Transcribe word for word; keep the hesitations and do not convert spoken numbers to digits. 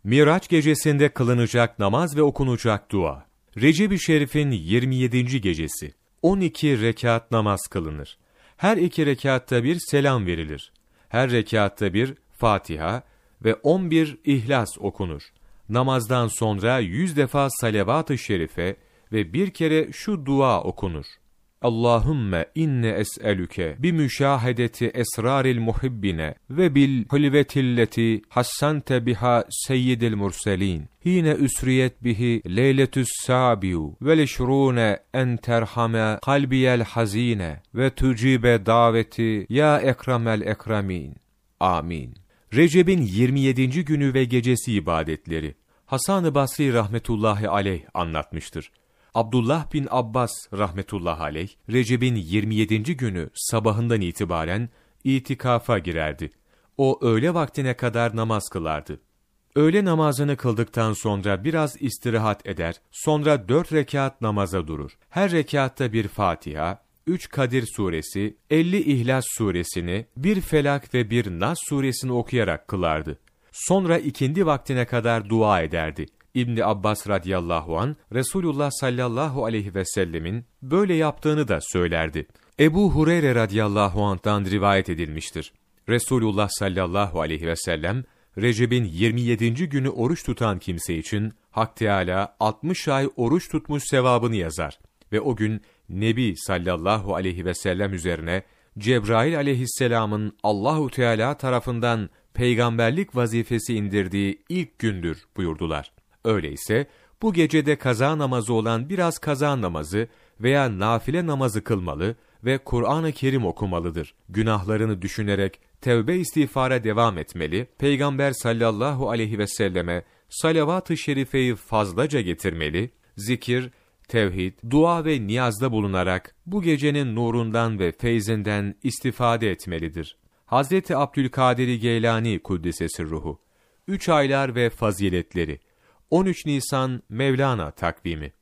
Miraç gecesinde kılınacak namaz ve okunacak dua. Recep-i Şerif'in yirmi yedinci gecesi. on iki rekat namaz kılınır. Her iki rekatta bir selam verilir. Her rekatta bir Fatiha ve on bir İhlas okunur. Namazdan sonra yüz defa salavat-ı şerife ve bir kere şu dua okunur. Allahümme inne es'elüke bi müşahedeti esraril muhibbine ve bil hulvetilleti hassante biha seyyidil murselin. Hine üsriyet bihi leyletü's sabiu ve leşrune en terhame kalbiyel hazine ve tucibe daveti ya ekremel ekremin. Amin. Recep'in yirmi yedinci günü ve gecesi ibadetleri. Hasan-ı Basri rahmetullahi aleyh anlatmıştır. Abdullah bin Abbas rahmetullahi aleyh, Recep'in yirmi yedinci günü sabahından itibaren itikafa girerdi. O öğle vaktine kadar namaz kılardı. Öğle namazını kıldıktan sonra biraz istirahat eder, sonra dört rekat namaza durur. Her rekatta bir Fatiha, üç Kadir suresi, elli İhlas suresini, bir Felak ve bir Nas suresini okuyarak kılardı. Sonra ikindi vaktine kadar dua ederdi. İbn Abbas radıyallahu an Resulullah sallallahu aleyhi ve sellemin böyle yaptığını da söylerdi. Ebu Hureyre radıyallahu anh'tan rivayet edilmiştir. Resulullah sallallahu aleyhi ve sellem Recep'in yirmi yedinci günü oruç tutan kimse için Hak Teâlâ altmış ay oruç tutmuş sevabını yazar ve o gün Nebi sallallahu aleyhi ve sellem üzerine Cebrail aleyhisselamın Allahu Teala tarafından peygamberlik vazifesi indirdiği ilk gündür buyurdular. Öyleyse bu gecede kaza namazı olan biraz kaza namazı veya nafile namazı kılmalı ve Kur'an-ı Kerim okumalıdır. Günahlarını düşünerek tevbe istiğfara devam etmeli, Peygamber sallallahu aleyhi ve selleme salavat-ı şerifeyi fazlaca getirmeli, zikir, tevhid, dua ve niyazda bulunarak bu gecenin nurundan ve feyzinden istifade etmelidir. Hazreti Abdülkadir Geylani Kuddisesi Ruhu. Üç aylar ve faziletleri. on üç Nisan Mevlana takvimi.